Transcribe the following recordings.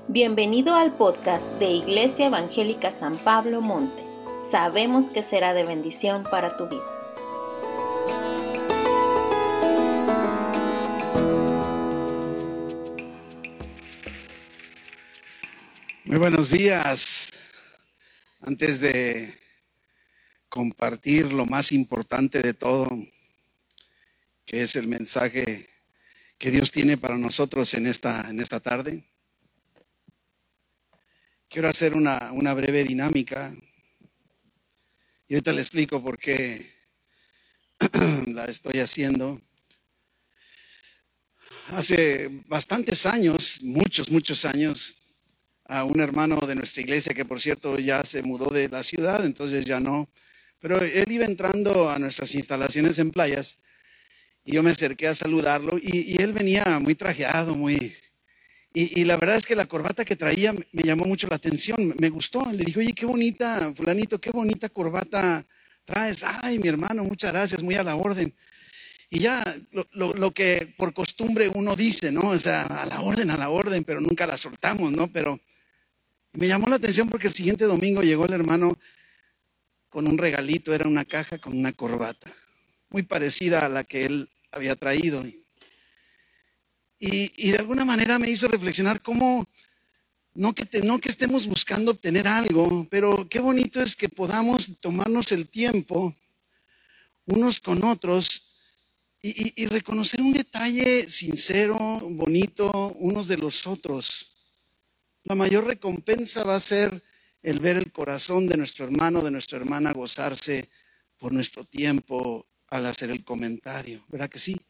Bienvenido al podcast de Iglesia Evangélica San Pablo Monte. Sabemos que será de bendición para tu vida. Muy buenos días. Antes de compartir lo más importante de todo, que es el mensaje que Dios tiene para nosotros en esta tarde, quiero hacer una breve dinámica y ahorita le explico por qué la estoy haciendo. Hace bastantes años, muchos años, a un hermano de nuestra iglesia, que por cierto ya se mudó de la ciudad, entonces ya no, pero él iba entrando a nuestras instalaciones en Playas y yo me acerqué a saludarlo y él venía muy trajeado, y la verdad es que la corbata que traía me llamó mucho la atención, me gustó. Le dije, oye, qué bonita, fulanito, qué bonita corbata traes. Ay, mi hermano, muchas gracias, muy a la orden. Y ya lo que por costumbre uno dice, ¿no? O sea, a la orden, pero nunca la soltamos, ¿no? Pero me llamó la atención porque el siguiente domingo llegó el hermano con un regalito, era una caja con una corbata, muy parecida a la que él había traído. Y de alguna manera me hizo reflexionar cómo, no que estemos buscando obtener algo, pero qué bonito es que podamos tomarnos el tiempo unos con otros y reconocer un detalle sincero, bonito, unos de los otros. La mayor recompensa va a ser el ver el corazón de nuestro hermano, de nuestra hermana gozarse por nuestro tiempo al hacer el comentario, ¿verdad que sí?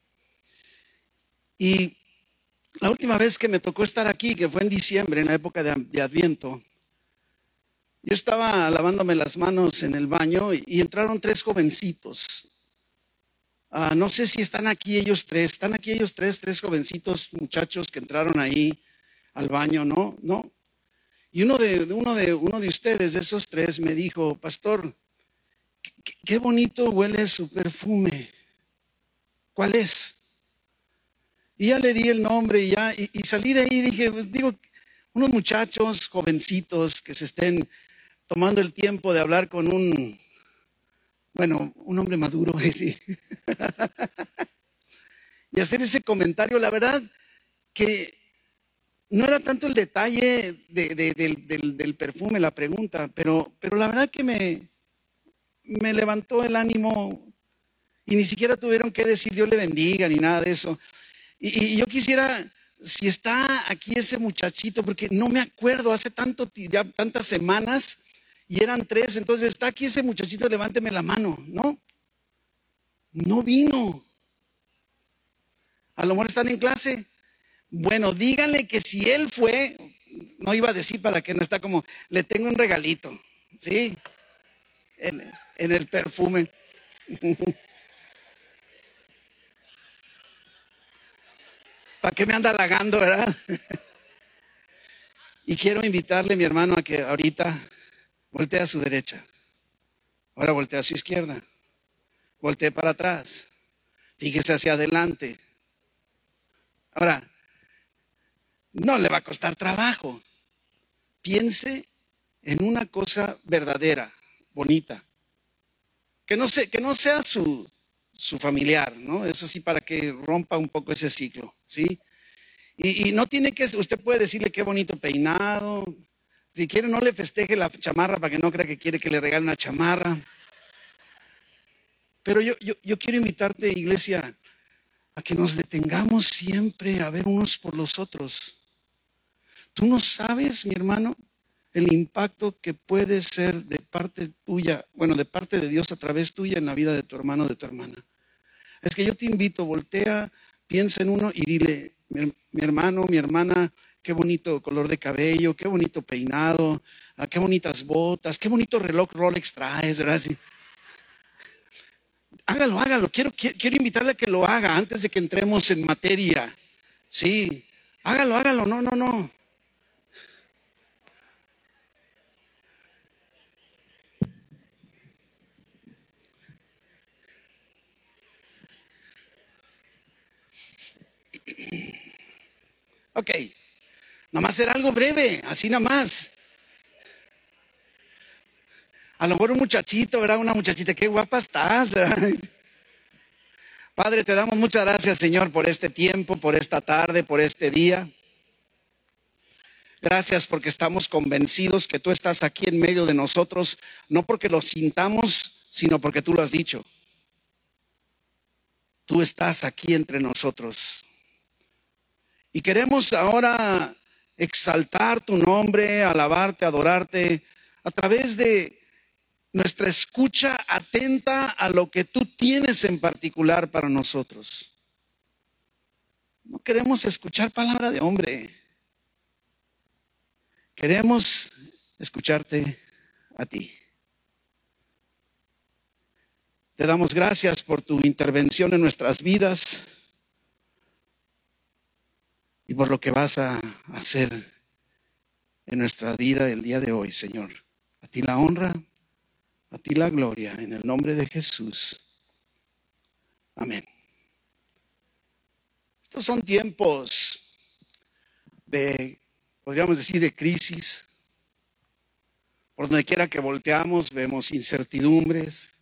Y la última vez que me tocó estar aquí, que fue en diciembre, en la época de Adviento, yo estaba lavándome las manos en el baño y entraron tres jovencitos. No sé si están aquí ellos tres jovencitos, muchachos que entraron ahí al baño, ¿no? No. Y uno de ustedes, de esos tres, me dijo, pastor, qué bonito huele su perfume. ¿Cuál es? Y ya le di el nombre y salí de ahí y dije, pues, digo, unos muchachos jovencitos que se estén tomando el tiempo de hablar con un hombre maduro, sí, y hacer ese comentario. La verdad que no era tanto el detalle del perfume, la pregunta, pero la verdad que me levantó el ánimo y ni siquiera tuvieron que decir Dios le bendiga ni nada de eso. Y yo quisiera, si está aquí ese muchachito, porque no me acuerdo, hace ya tantas semanas y eran tres, entonces está aquí ese muchachito, levánteme la mano. No vino. A lo mejor están en clase. Bueno, díganle que si él fue, no iba a decir para que no está como, le tengo un regalito, ¿sí? En el perfume. ¿Para qué me anda halagando, verdad? Y quiero invitarle, mi hermano, a que ahorita voltee a su derecha. Ahora voltee a su izquierda. Voltee para atrás. Fíjese hacia adelante. Ahora, no le va a costar trabajo. Piense en una cosa verdadera, bonita. Que no sea su familiar, ¿no? Eso sí, para que rompa un poco ese ciclo, ¿sí? Y no tiene que, usted puede decirle qué bonito peinado. Si quiere, no le festeje la chamarra para que no crea que quiere que le regale una chamarra. Pero yo quiero invitarte, iglesia, a que nos detengamos siempre a ver unos por los otros. Tú no sabes, mi hermano, el impacto que puede ser de parte tuya, de parte de Dios a través tuya en la vida de tu hermano o de tu hermana. Es que yo te invito, voltea, piensa en uno y dile, mi hermano, mi hermana, qué bonito color de cabello, qué bonito peinado, qué bonitas botas, qué bonito reloj Rolex traes, ¿verdad? Sí. Hágalo. Quiero invitarle a que lo haga antes de que entremos en materia. Sí, hágalo. No. Ok, Nada más era algo breve, así nada más. A lo mejor un muchachito, ¿verdad? Una muchachita, qué guapa estás, ¿verdad? Padre, te damos muchas gracias, Señor, por este tiempo, por esta tarde, por este día. Gracias porque estamos convencidos que tú estás aquí en medio de nosotros, no porque lo sintamos, sino porque tú lo has dicho. Tú estás aquí entre nosotros. Y queremos ahora exaltar tu nombre, alabarte, adorarte, a través de nuestra escucha atenta a lo que tú tienes en particular para nosotros. No queremos escuchar palabra de hombre. Queremos escucharte a ti. Te damos gracias por tu intervención en nuestras vidas y por lo que vas a hacer en nuestra vida el día de hoy, Señor. A ti la honra, a ti la gloria, en el nombre de Jesús. Amén. Estos son tiempos podríamos decir, de crisis. Por donde quiera que volteamos, vemos incertidumbres.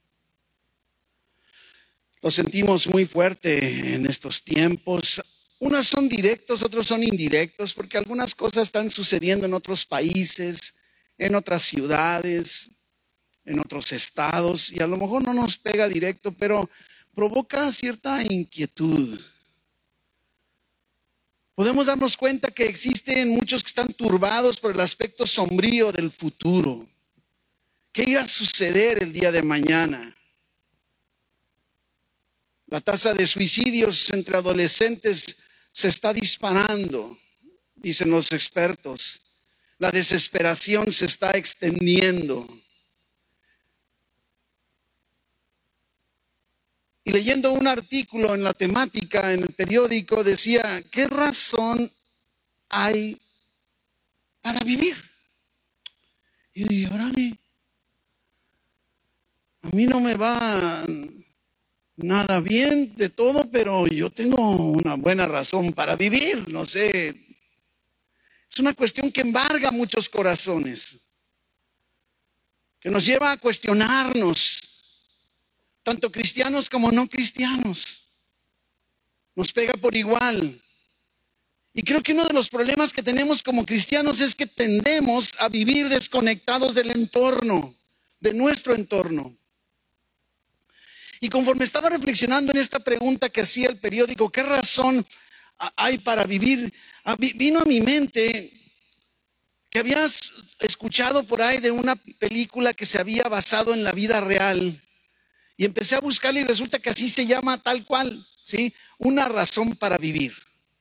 Lo sentimos muy fuerte en estos tiempos. Unos son directos, otros son indirectos, porque algunas cosas están sucediendo en otros países, en otras ciudades, en otros estados, y a lo mejor no nos pega directo, pero provoca cierta inquietud. Podemos darnos cuenta que existen muchos que están turbados por el aspecto sombrío del futuro. ¿Qué irá a suceder el día de mañana? La tasa de suicidios entre adolescentes se está disparando, dicen los expertos. La desesperación se está extendiendo. Y leyendo un artículo en la temática en el periódico decía, ¿qué razón hay para vivir? Y yo dije, órale, a mí no me va nada bien de todo, pero yo tengo una buena razón para vivir, no sé. Es una cuestión que embarga muchos corazones, que nos lleva a cuestionarnos, tanto cristianos como no cristianos. Nos pega por igual. Y creo que uno de los problemas que tenemos como cristianos es que tendemos a vivir desconectados del entorno, de nuestro entorno. Y conforme estaba reflexionando en esta pregunta que hacía el periódico, ¿qué razón hay para vivir? Vino a mi mente que habías escuchado por ahí de una película que se había basado en la vida real. Y empecé a buscarla y resulta que así se llama tal cual, ¿sí? Una razón para vivir.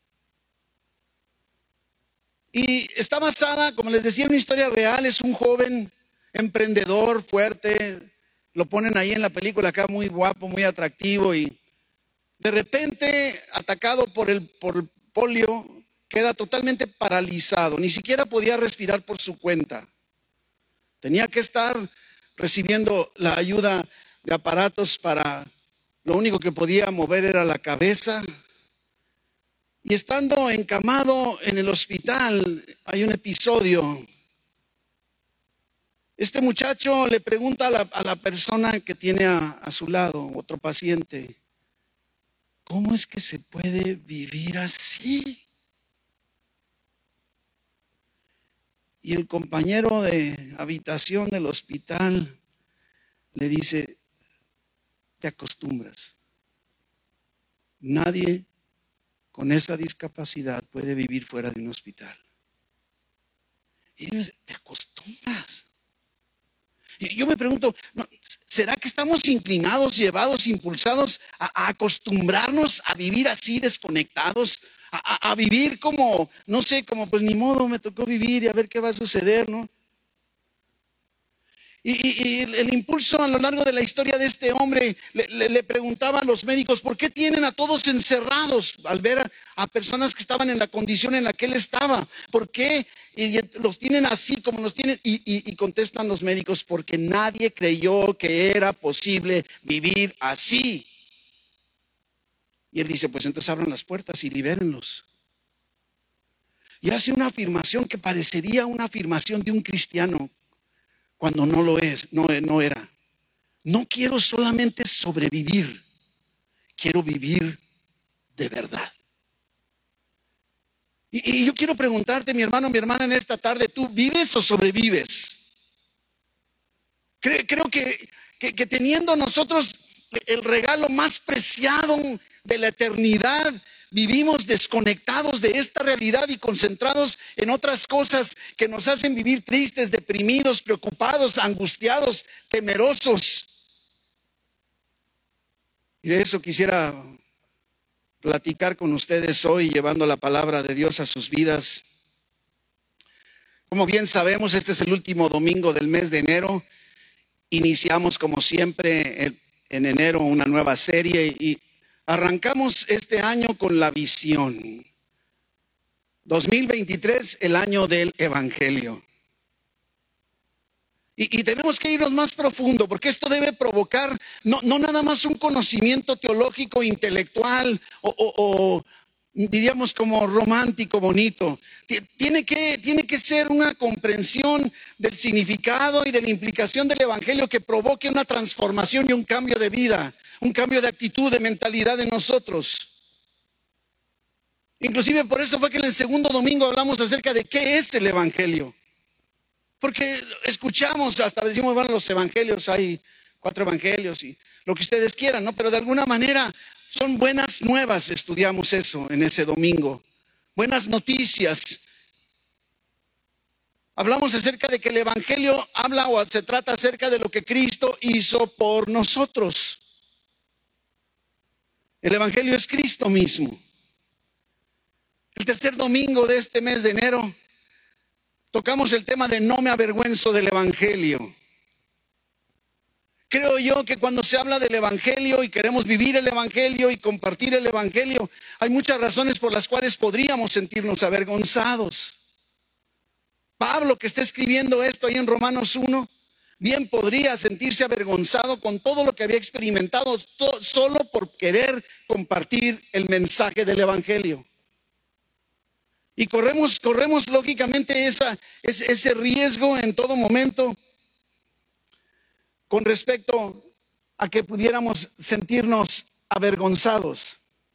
Y está basada, como les decía, en una historia real. Es un joven emprendedor, fuerte. Lo ponen ahí en la película acá muy guapo, muy atractivo. Y de repente, atacado por el polio, queda totalmente paralizado. Ni siquiera podía respirar por su cuenta. Tenía que estar recibiendo la ayuda de aparatos para... Lo único que podía mover era la cabeza. Y estando encamado en el hospital, hay un episodio. Este muchacho le pregunta a la persona que tiene a su lado, otro paciente, ¿cómo es que se puede vivir así? Y el compañero de habitación del hospital le dice, te acostumbras. Nadie con esa discapacidad puede vivir fuera de un hospital. Y él dice, te acostumbras. Y yo me pregunto, ¿será que estamos inclinados, llevados, impulsados a acostumbrarnos a vivir así desconectados? A vivir como, no sé, como pues ni modo, me tocó vivir y a ver qué va a suceder, ¿no? Y el impulso a lo largo de la historia de este hombre le preguntaba a los médicos, ¿por qué tienen a todos encerrados al ver a personas que estaban en la condición en la que él estaba? ¿Por qué los tienen así como los tienen? Y contestan los médicos, porque nadie creyó que era posible vivir así. Y él dice, pues entonces abran las puertas y libérenlos. y hace una afirmación que parecería una afirmación de un cristiano cuando no lo es, no era. No quiero solamente sobrevivir, quiero vivir de verdad. Y yo quiero preguntarte, mi hermano, mi hermana, en esta tarde, ¿tú vives o sobrevives? Creo que teniendo nosotros el regalo más preciado de la eternidad, vivimos desconectados de esta realidad y concentrados en otras cosas que nos hacen vivir tristes, deprimidos, preocupados, angustiados, temerosos. Y de eso quisiera platicar con ustedes hoy, llevando la palabra de Dios a sus vidas. Como bien sabemos, este es el último domingo del mes de enero. Iniciamos, como siempre, en enero una nueva serie y arrancamos este año con la visión. 2023, el año del Evangelio. Y tenemos que irnos más profundo, porque esto debe provocar no nada más un conocimiento teológico, intelectual o diríamos como romántico, bonito. Tiene que ser una comprensión del significado y de la implicación del Evangelio que provoque una transformación y un cambio de vida, un cambio de actitud, de mentalidad en nosotros. Inclusive por eso fue que en el segundo domingo hablamos acerca de qué es el Evangelio. Porque escuchamos, hasta decimos, bueno, los evangelios, hay 4 evangelios y lo que ustedes quieran, ¿no? Pero de alguna manera son buenas nuevas, estudiamos eso en ese domingo. Buenas noticias. Hablamos acerca de que el evangelio habla o se trata acerca de lo que Cristo hizo por nosotros. El evangelio es Cristo mismo. El tercer domingo de este mes de enero tocamos el tema de no me avergüenzo del Evangelio. Creo yo que cuando se habla del Evangelio y queremos vivir el Evangelio y compartir el Evangelio, hay muchas razones por las cuales podríamos sentirnos avergonzados. Pablo, que está escribiendo esto ahí en Romanos 1, bien podría sentirse avergonzado con todo lo que había experimentado solo por querer compartir el mensaje del Evangelio. Y corremos lógicamente ese riesgo en todo momento con respecto a que pudiéramos sentirnos avergonzados.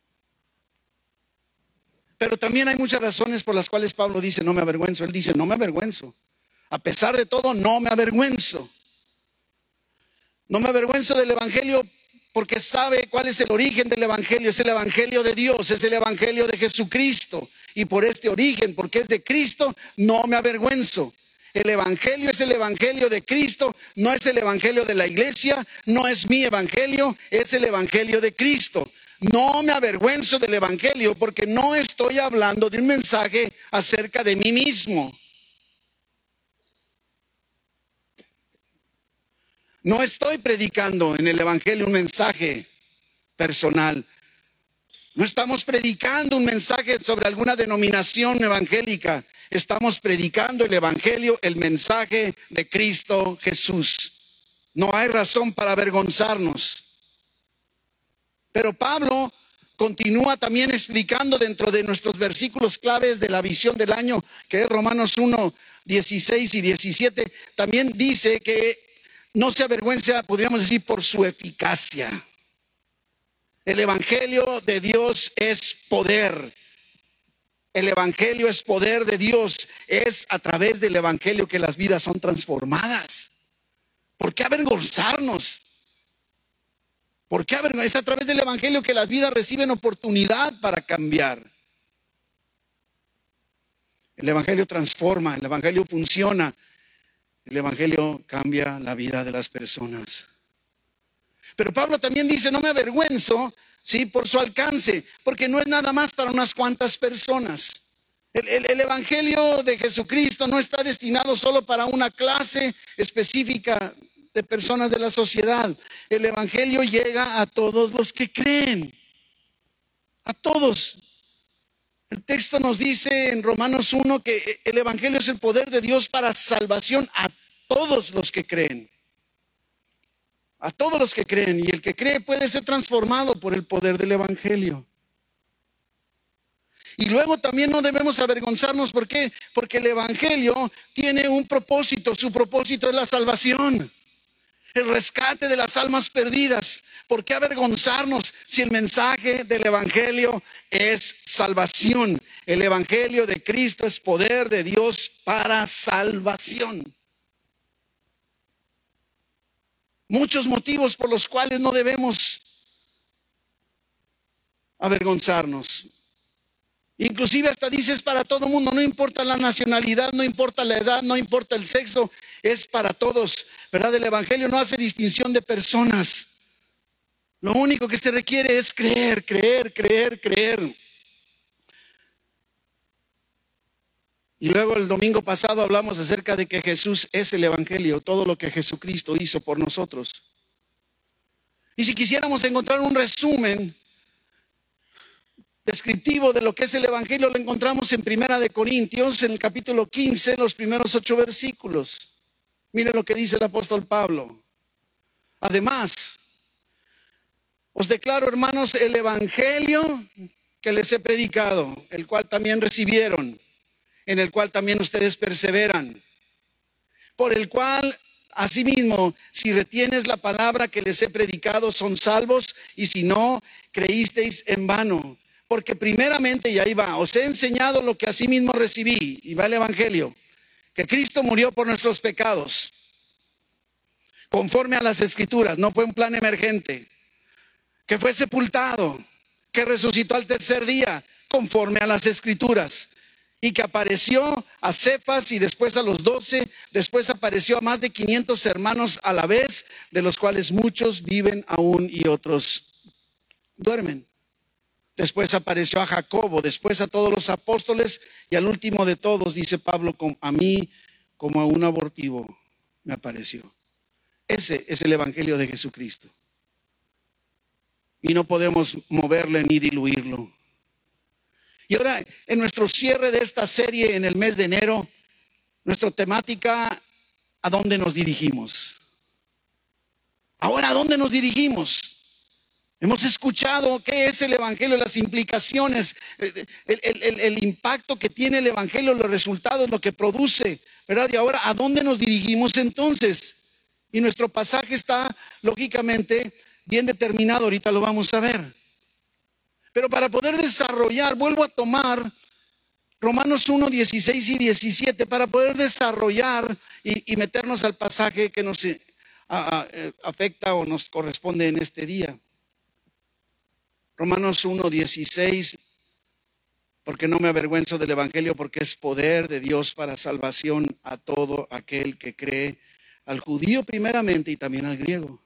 Pero también hay muchas razones por las cuales Pablo dice no me avergüenzo. Él dice no me avergüenzo. A pesar de todo, no me avergüenzo. No me avergüenzo del Evangelio porque sabe cuál es el origen del Evangelio. Es el Evangelio de Dios, es el Evangelio de Jesucristo. Y por este origen, porque es de Cristo, no me avergüenzo. El Evangelio es el Evangelio de Cristo, no es el Evangelio de la iglesia, no es mi Evangelio, es el Evangelio de Cristo. No me avergüenzo del Evangelio porque no estoy hablando de un mensaje acerca de mí mismo. No estoy predicando en el Evangelio un mensaje personal. No estamos predicando un mensaje sobre alguna denominación evangélica. Estamos predicando el Evangelio, el mensaje de Cristo Jesús. No hay razón para avergonzarnos. Pero Pablo continúa también explicando dentro de nuestros versículos claves de la visión del año, que es Romanos 1, 16 y 17. También dice que no se avergüenza, podríamos decir, por su eficacia. El Evangelio de Dios es poder. El Evangelio es poder de Dios. Es a través del Evangelio que las vidas son transformadas. ¿Por qué avergonzarnos? ¿Por qué avergonzarnos? Es a través del Evangelio que las vidas reciben oportunidad para cambiar. El Evangelio transforma, el Evangelio funciona. El Evangelio cambia la vida de las personas. Pero Pablo también dice, no me avergüenzo, ¿sí? Por su alcance, porque no es nada más para unas cuantas personas. El Evangelio de Jesucristo no está destinado solo para una clase específica de personas de la sociedad. El Evangelio llega a todos los que creen, a todos. El texto nos dice en Romanos 1 que el Evangelio es el poder de Dios para salvación a todos los que creen. A todos los que creen, y el que cree puede ser transformado por el poder del Evangelio. Y luego también no debemos avergonzarnos. ¿Por qué? Porque el evangelio tiene un propósito. Su propósito es la salvación, el rescate de las almas perdidas. ¿Por qué avergonzarnos si el mensaje del evangelio es salvación? El evangelio de Cristo es poder de Dios para salvación. Muchos motivos por los cuales no debemos avergonzarnos. Inclusive hasta dices para todo mundo, no importa la nacionalidad, no importa la edad, no importa el sexo, es para todos, ¿verdad? El evangelio no hace distinción de personas. Lo único que se requiere es creer, creer, creer, creer. Y luego el domingo pasado hablamos acerca de que Jesús es el evangelio, todo lo que Jesucristo hizo por nosotros. Y si quisiéramos encontrar un resumen descriptivo de lo que es el evangelio, lo encontramos en 1 de Corintios, en el capítulo 15, los primeros 8 versículos. Mire lo que dice el apóstol Pablo. Además, os declaro, hermanos, el evangelio que les he predicado, el cual también recibieron, en el cual también ustedes perseveran, por el cual asimismo, si retienes la palabra que les he predicado, son salvos, y si no, creísteis en vano. Porque primeramente, y ahí va, os he enseñado lo que asimismo recibí, y va el evangelio, que Cristo murió por nuestros pecados, conforme a las escrituras, no fue un plan emergente, que fue sepultado, que resucitó al tercer día, conforme a las escrituras, y que apareció a Cefas y después a los 12, después apareció a más de 500 hermanos a la vez, de los cuales muchos viven aún y otros duermen. Después apareció a Jacobo, después a todos los apóstoles y al último de todos, dice Pablo, a mí como a un abortivo me apareció. Ese es el evangelio de Jesucristo. Y no podemos moverle ni diluirlo. Y ahora, en nuestro cierre de esta serie en el mes de enero, nuestra temática, ¿a dónde nos dirigimos? Ahora, ¿a dónde nos dirigimos? Hemos escuchado qué es el evangelio, las implicaciones, el impacto que tiene el evangelio, los resultados, lo que produce, ¿verdad? Y ahora, ¿a dónde nos dirigimos entonces? Y nuestro pasaje está, lógicamente, bien determinado, ahorita lo vamos a ver. Pero para poder desarrollar, vuelvo a tomar Romanos 1, 16 y 17, para poder desarrollar y meternos al pasaje que nos afecta o nos corresponde en este día. Romanos 1, 16, porque no me avergüenzo del evangelio, porque es poder de Dios para salvación a todo aquel que cree, al judío primeramente y también al griego.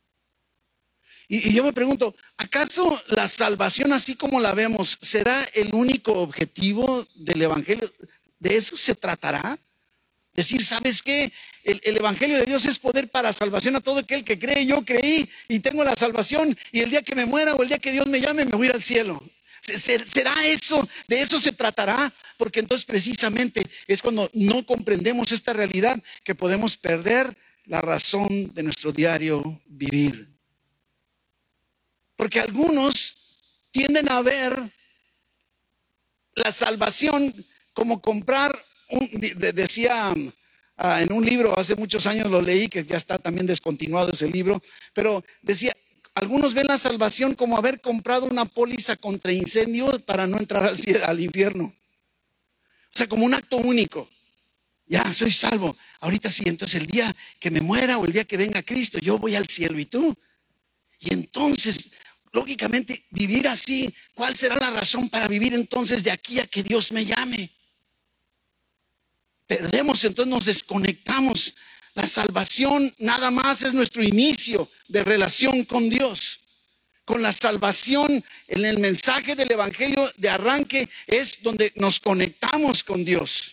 Y yo me pregunto, ¿acaso la salvación así como la vemos será el único objetivo del evangelio? ¿De eso se tratará? Decir, ¿sabes qué? El evangelio de Dios es poder para salvación a todo aquel que cree. Yo creí y tengo la salvación, y el día que me muera o el día que Dios me llame me voy a ir al cielo. ¿Será eso? ¿De eso se tratará? Porque entonces precisamente es cuando no comprendemos esta realidad que podemos perder la razón de nuestro diario vivir. Porque algunos tienden a ver la salvación como comprar, decía en un libro, hace muchos años lo leí, que ya está también descontinuado ese libro, pero decía, algunos ven la salvación como haber comprado una póliza contra incendio para no entrar al infierno. O sea, como un acto único. Ya, soy salvo. Ahorita sí, entonces el día que me muera o el día que venga Cristo, yo voy al cielo. ¿Y tú? Y entonces, lógicamente, vivir así, ¿cuál será la razón para vivir entonces de aquí a que Dios me llame? Perdemos, entonces nos desconectamos. La salvación nada más es nuestro inicio de relación con Dios. Con la salvación, en el mensaje del evangelio de arranque, es donde nos conectamos con Dios.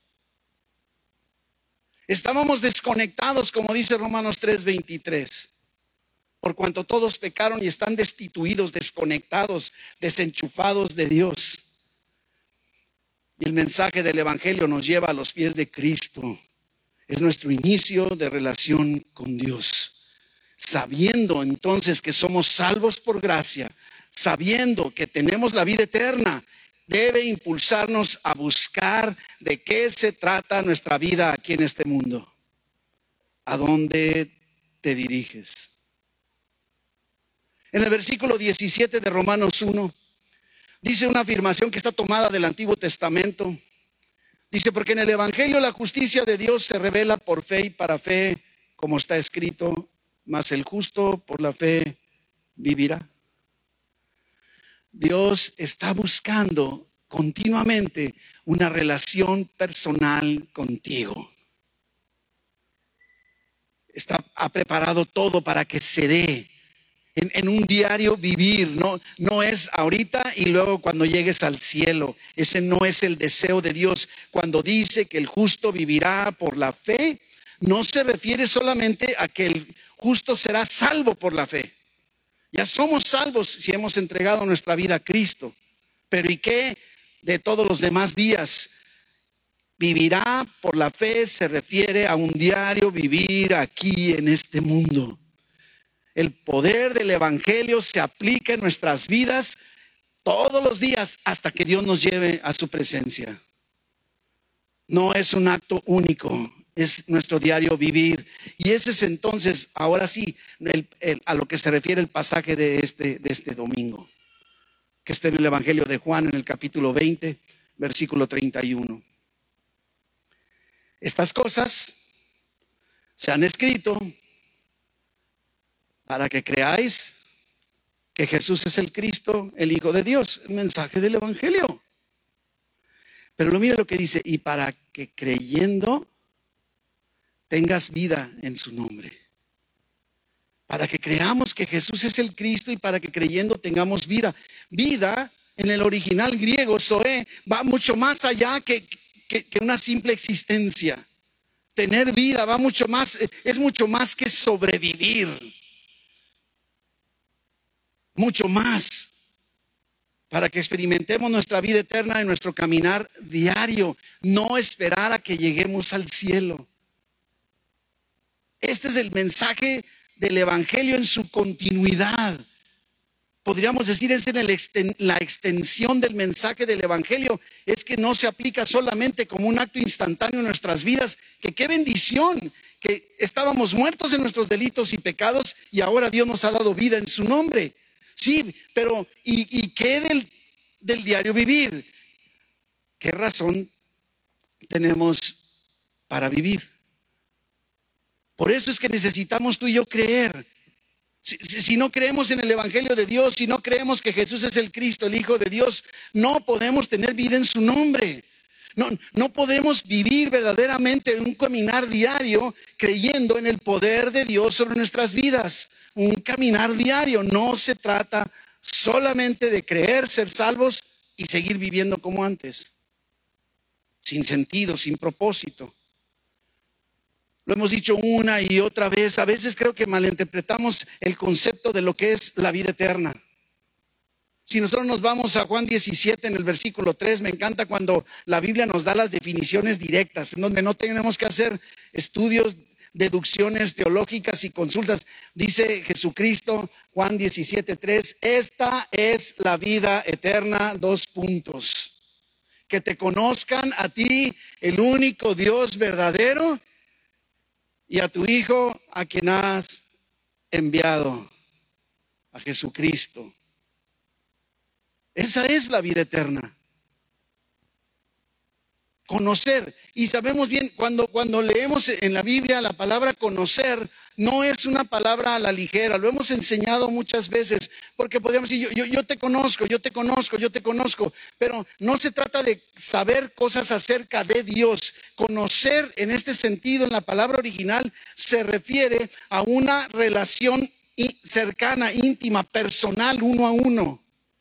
Estábamos desconectados, como dice Romanos 3:23. Por cuanto todos pecaron y están destituidos, desconectados, desenchufados de Dios. Y el mensaje del evangelio nos lleva a los pies de Cristo. Es nuestro inicio de relación con Dios. Sabiendo entonces que somos salvos por gracia, sabiendo que tenemos la vida eterna, debe impulsarnos a buscar de qué se trata nuestra vida aquí en este mundo. ¿A dónde te diriges? En el versículo 17 de Romanos 1, dice una afirmación que está tomada del Antiguo Testamento. Dice, porque en el Evangelio la justicia de Dios se revela por fe y para fe, como está escrito, mas el justo por la fe vivirá. Dios está buscando continuamente una relación personal contigo. Ha preparado todo para que se dé en un diario vivir. No es ahorita y luego cuando llegues al cielo. Ese no es el deseo de Dios. Cuando dice que el justo vivirá por la fe, no se refiere solamente a que el justo será salvo por la fe. Ya somos salvos si hemos entregado nuestra vida a Cristo. Pero ¿y qué de todos los demás días? Vivirá por la fe se refiere a un diario vivir aquí en este mundo. El poder del Evangelio se aplica en nuestras vidas todos los días hasta que Dios nos lleve a su presencia. No es un acto único, es nuestro diario vivir. Y ese es entonces, ahora sí, a lo que se refiere el pasaje de este domingo, que está en el Evangelio de Juan, en el capítulo 20, versículo 31. Estas cosas se han escrito para que creáis que Jesús es el Cristo, el Hijo de Dios, el mensaje del Evangelio. Pero mira lo que dice, y para que creyendo tengas vida en su nombre. Para que creamos que Jesús es el Cristo y para que creyendo tengamos vida. Vida en el original griego, zoe, va mucho más allá que una simple existencia. Tener vida va mucho más, es mucho más que sobrevivir. Mucho más. Para que experimentemos nuestra vida eterna en nuestro caminar diario. No esperar a que lleguemos al cielo. Este es el mensaje del Evangelio en su continuidad. Podríamos decir, es la extensión del mensaje del Evangelio. Es que no se aplica solamente como un acto instantáneo en nuestras vidas. Que qué bendición, que estábamos muertos en nuestros delitos y pecados y ahora Dios nos ha dado vida en su nombre. Sí, pero ¿y qué del diario vivir? ¿Qué razón tenemos para vivir? Por eso es que necesitamos tú y yo creer. Si no creemos en el Evangelio de Dios, si no creemos que Jesús es el Cristo, el Hijo de Dios, no podemos tener vida en su nombre. No podemos vivir verdaderamente un caminar diario creyendo en el poder de Dios sobre nuestras vidas. Un caminar diario. No se trata solamente de creer, ser salvos y seguir viviendo como antes. Sin sentido, sin propósito. Lo hemos dicho una y otra vez. A veces creo que malinterpretamos el concepto de lo que es la vida eterna. Si nosotros nos vamos a Juan 17 en el versículo 3, me encanta cuando la Biblia nos da las definiciones directas, en donde no tenemos que hacer estudios, deducciones teológicas y consultas. Dice Jesucristo, Juan 17:3, esta es la vida eterna, : que te conozcan a ti, el único Dios verdadero, y a tu Hijo, a quien has enviado, a Jesucristo. Esa es la vida eterna. Conocer. Y sabemos bien, cuando leemos en la Biblia la palabra conocer, no es una palabra a la ligera. Lo hemos enseñado muchas veces, porque podríamos decir, yo te conozco. Pero no se trata de saber cosas acerca de Dios. Conocer en este sentido, en la palabra original, se refiere a una relación cercana, íntima, personal, uno a uno.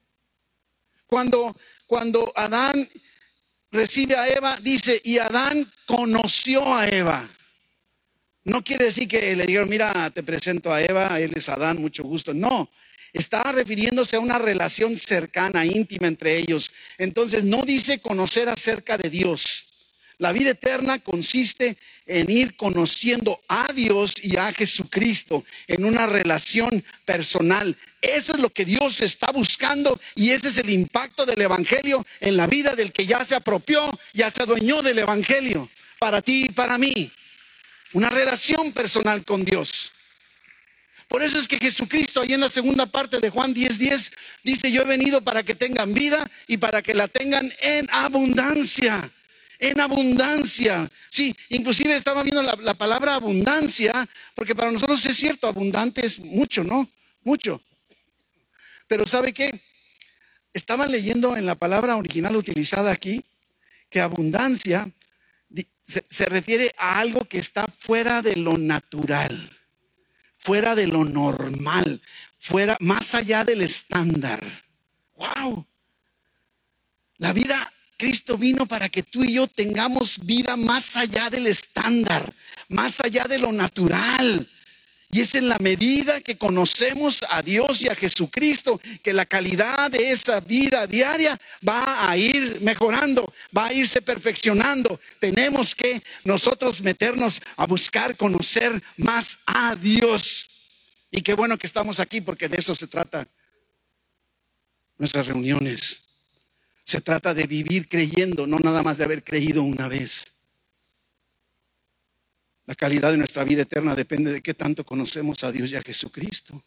Cuando Adán recibe a Eva, dice, y Adán conoció a Eva. No quiere decir que le dijeron, mira, te presento a Eva, él es Adán, mucho gusto. No, está refiriéndose a una relación cercana, íntima entre ellos. Entonces no dice conocer acerca de Dios. La vida eterna consiste en ir conociendo a Dios y a Jesucristo en una relación personal. Eso es lo que Dios está buscando y ese es el impacto del Evangelio en la vida del que ya se apropió, ya se adueñó del Evangelio. Para ti y para mí. Una relación personal con Dios. Por eso es que Jesucristo, ahí en la segunda parte de Juan 10:10, dice: yo he venido para que tengan vida y para que la tengan en abundancia. En abundancia. Sí, inclusive estaba viendo la palabra abundancia, porque para nosotros es cierto, abundante es mucho, ¿no? Mucho. Pero ¿sabe qué? Estaba leyendo en la palabra original utilizada aquí, que abundancia se refiere a algo que está fuera de lo natural, fuera de lo normal, fuera, más allá del estándar. ¡Wow! La vida, Cristo vino para que tú y yo tengamos vida más allá del estándar, más allá de lo natural. Y es en la medida que conocemos a Dios y a Jesucristo que la calidad de esa vida diaria va a ir mejorando, va a irse perfeccionando. Tenemos que nosotros meternos a buscar conocer más a Dios. Y qué bueno que estamos aquí, porque de eso se trata nuestras reuniones. Se trata de vivir creyendo, no nada más de haber creído una vez. La calidad de nuestra vida eterna depende de qué tanto conocemos a Dios y a Jesucristo.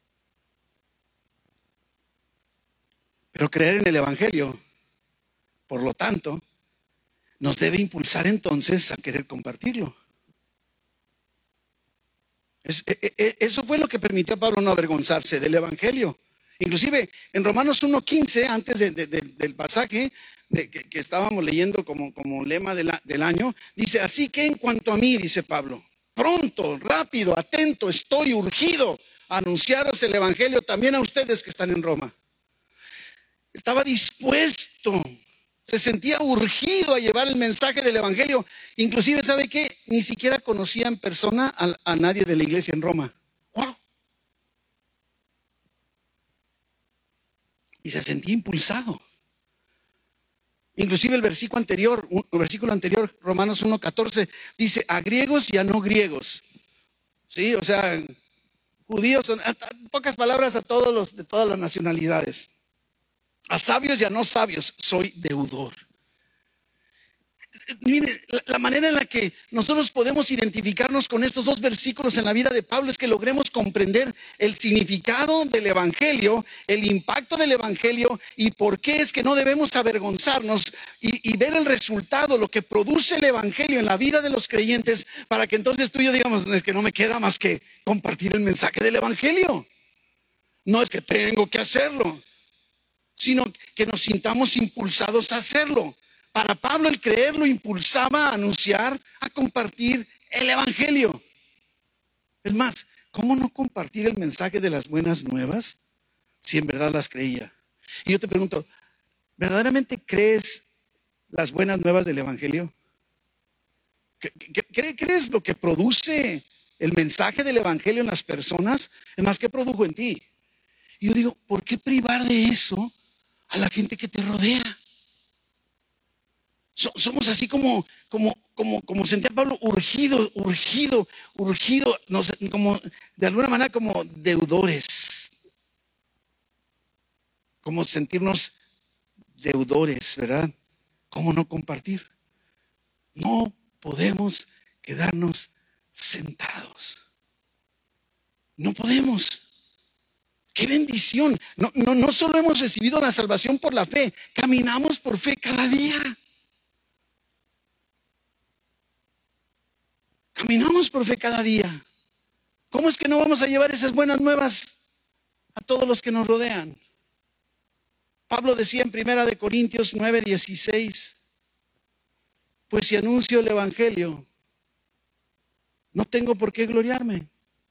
Pero creer en el Evangelio, por lo tanto, nos debe impulsar entonces a querer compartirlo. Eso fue lo que permitió a Pablo no avergonzarse del Evangelio. Inclusive en Romanos 1:15, antes del pasaje que estábamos leyendo como lema del año, dice: así que en cuanto a mí, dice Pablo, pronto, rápido, atento, estoy urgido a anunciaros el Evangelio también a ustedes que están en Roma. Estaba dispuesto, se sentía urgido a llevar el mensaje del Evangelio. Inclusive, ¿sabe qué? Ni siquiera conocía en persona a nadie de la iglesia en Roma. ¡Wow! Y se sentía impulsado. Inclusive el versículo anterior, Romanos 1:14, dice: a griegos y a no griegos. Sí, o sea, judíos, en pocas palabras, a todos los de todas las nacionalidades. A sabios y a no sabios, soy deudor. Mire, la manera en la que nosotros podemos identificarnos con estos dos versículos en la vida de Pablo es que logremos comprender el significado del Evangelio, el impacto del Evangelio y por qué es que no debemos avergonzarnos y ver el resultado, lo que produce el Evangelio en la vida de los creyentes, para que entonces tú y yo digamos: es que no me queda más que compartir el mensaje del Evangelio. No es que tengo que hacerlo, sino que nos sintamos impulsados a hacerlo. Para Pablo, el creer lo impulsaba a anunciar, a compartir el Evangelio. Es más, ¿cómo no compartir el mensaje de las buenas nuevas si en verdad las creía? Y yo te pregunto, ¿verdaderamente crees las buenas nuevas del Evangelio? ¿Crees lo que produce el mensaje del Evangelio en las personas? Es más, ¿qué produjo en ti? Y yo digo, ¿por qué privar de eso a la gente que te rodea? Somos así como sentía Pablo, urgido, como de alguna manera como deudores, como sentirnos deudores, ¿verdad? ¿Cómo no compartir? No podemos quedarnos sentados. No podemos. ¡Qué bendición! No solo hemos recibido la salvación por la fe, caminamos por fe cada día. Caminamos por fe cada día. ¿Cómo es que no vamos a llevar esas buenas nuevas a todos los que nos rodean? Pablo decía en 1 Corintios 9:16, pues si anuncio el Evangelio, no tengo por qué gloriarme,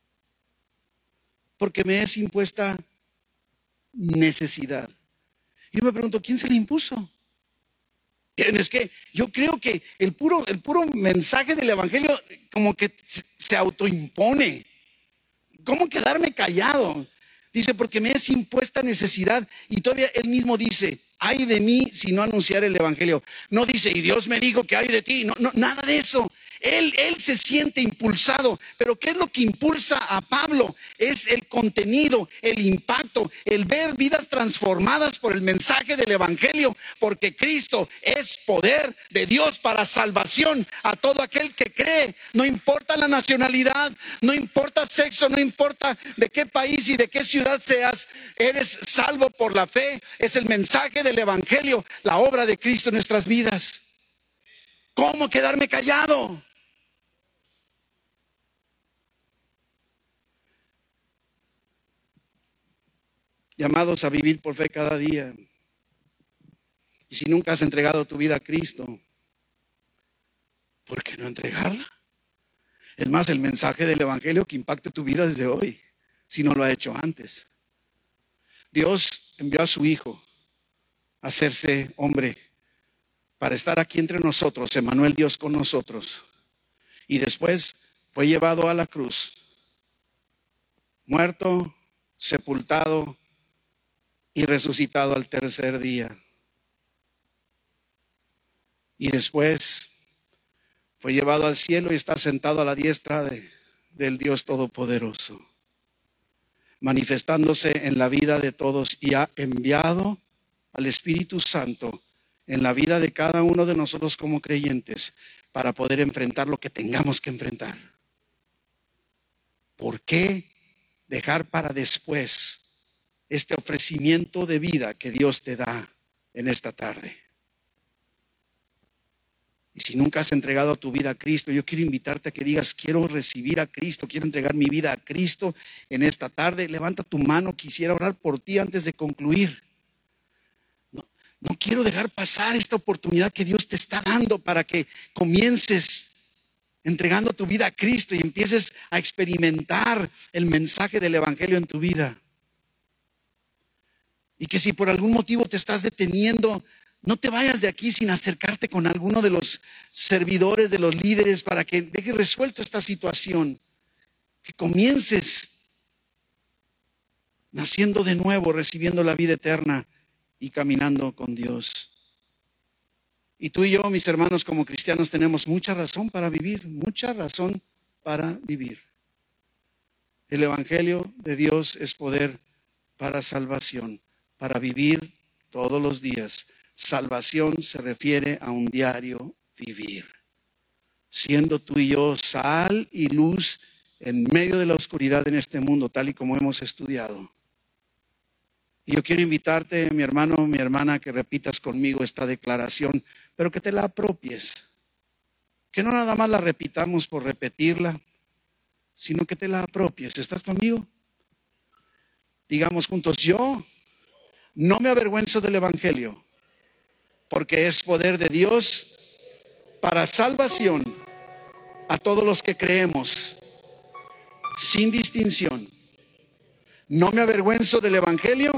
porque me es impuesta necesidad. Yo me pregunto, ¿quién se le impuso? Es que yo creo que el puro mensaje del Evangelio como que se autoimpone. ¿Cómo quedarme callado? Dice, porque me es impuesta necesidad. Y todavía él mismo dice, ay de mí si no anunciar el evangelio. No dice, y Dios me dijo que hay de ti. No, no, nada de eso. Él se siente impulsado. Pero ¿qué es lo que impulsa a Pablo? Es el contenido, el impacto, el ver vidas transformadas por el mensaje del evangelio. Porque Cristo es poder de Dios para salvación a todo aquel que cree. No importa la nacionalidad, no importa sexo, no importa de qué país y de qué ciudad seas, eres salvo por la fe. Es el mensaje del evangelio, la obra de Cristo en nuestras vidas. ¿Cómo quedarme callado? Llamados a vivir por fe cada día. Y si nunca has entregado tu vida a Cristo, ¿por qué no entregarla? Es más, el mensaje del evangelio que impacte tu vida desde hoy, si no lo ha hecho antes. Dios envió a su Hijo a hacerse hombre para estar aquí entre nosotros, Emmanuel, Dios con nosotros. Y después fue llevado a la cruz, muerto, sepultado y resucitado al tercer día. Y después fue llevado al cielo y está sentado a la diestra del Dios Todopoderoso, manifestándose en la vida de todos, y ha enviado al Espíritu Santo en la vida de cada uno de nosotros como creyentes para poder enfrentar lo que tengamos que enfrentar. ¿Por qué dejar para después este ofrecimiento de vida que Dios te da en esta tarde? Y si nunca has entregado tu vida a Cristo, yo quiero invitarte a que digas, quiero recibir a Cristo, quiero entregar mi vida a Cristo en esta tarde. Levanta tu mano, quisiera orar por ti antes de concluir. No quiero dejar pasar esta oportunidad que Dios te está dando para que comiences entregando tu vida a Cristo y empieces a experimentar el mensaje del evangelio en tu vida. Y que si por algún motivo te estás deteniendo, no te vayas de aquí sin acercarte con alguno de los servidores, de los líderes, para que dejes resuelto esta situación. Que comiences naciendo de nuevo, recibiendo la vida eterna y caminando con Dios. Y tú y yo, mis hermanos, como cristianos, tenemos mucha razón para vivir, mucha razón para vivir. El evangelio de Dios es poder para salvación, para vivir todos los días. Salvación se refiere a un diario vivir, siendo tú y yo sal y luz en medio de la oscuridad en este mundo, tal y como hemos estudiado. Y yo quiero invitarte, mi hermano, mi hermana, que repitas conmigo esta declaración, pero que te la apropies. Que no nada más la repitamos por repetirla, sino que te la apropies. ¿Estás conmigo? Digamos juntos, yo no me avergüenzo del evangelio, porque es poder de Dios para salvación a todos los que creemos, sin distinción. No me avergüenzo del evangelio,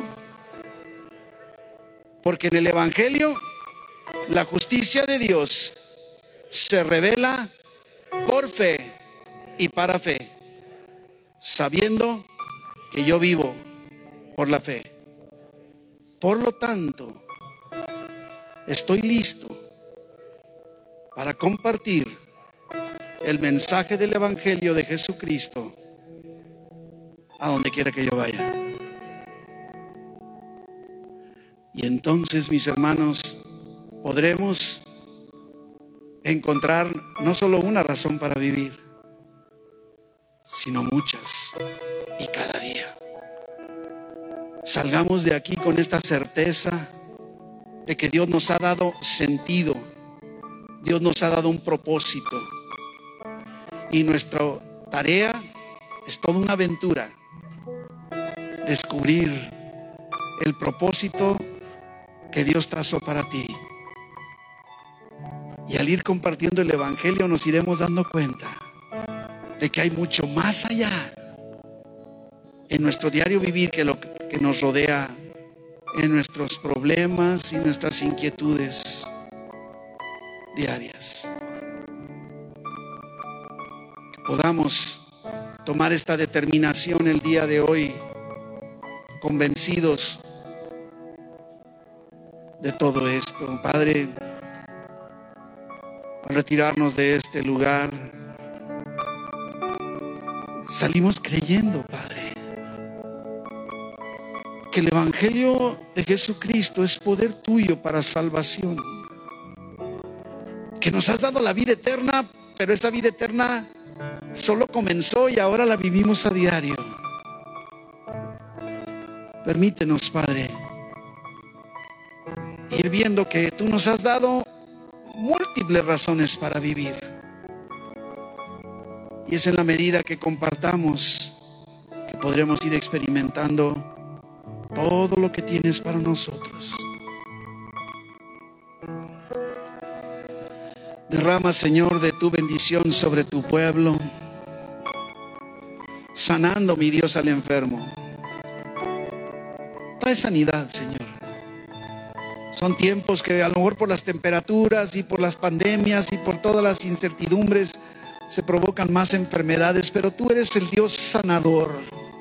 porque en el evangelio la justicia de Dios se revela por fe y para fe, sabiendo que yo vivo por la fe. Por lo tanto, estoy listo para compartir el mensaje del evangelio de Jesucristo a donde quiera que yo vaya. Y entonces, mis hermanos, podremos encontrar no solo una razón para vivir, sino muchas, y cada día. Salgamos de aquí con esta certeza de que Dios nos ha dado sentido, Dios nos ha dado un propósito, y nuestra tarea es toda una aventura, descubrir el propósito que Dios trazó para ti. Y al ir compartiendo el evangelio nos iremos dando cuenta de que hay mucho más allá en nuestro diario vivir que lo que nos rodea, en nuestros problemas y nuestras inquietudes diarias. Que podamos tomar esta determinación el día de hoy convencidos de todo esto. Padre, al retirarnos de este lugar, salimos creyendo, Padre, que el Evangelio de Jesucristo es poder tuyo para salvación, que nos has dado la vida eterna, pero esa vida eterna solo comenzó y ahora la vivimos a diario. Permítenos, Padre, ir viendo que tú nos has dado múltiples razones para vivir, y es en la medida que compartamos que podremos ir experimentando todo lo que tienes para nosotros. Derrama, Señor, de tu bendición sobre tu pueblo, sanando, mi Dios, al enfermo. Trae sanidad, Señor. Son tiempos que a lo mejor por las temperaturas y por las pandemias y por todas las incertidumbres se provocan más enfermedades, pero tú eres el Dios sanador.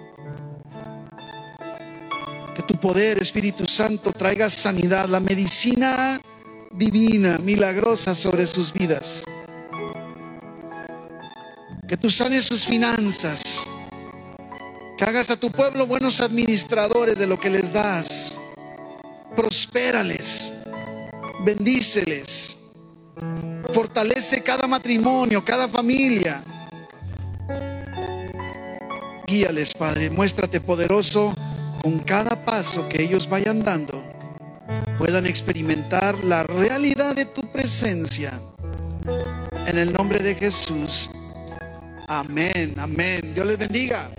Que tu poder, Espíritu Santo, traiga sanidad, la medicina divina, milagrosa sobre sus vidas. Que tú sanes sus finanzas, que hagas a tu pueblo buenos administradores de lo que les das. Prospérales, bendíceles, fortalece cada matrimonio, cada familia. Guíales, Padre, muéstrate poderoso con cada paso que ellos vayan dando, puedan experimentar la realidad de tu presencia. En el nombre de Jesús. Amén, amén. Dios les bendiga.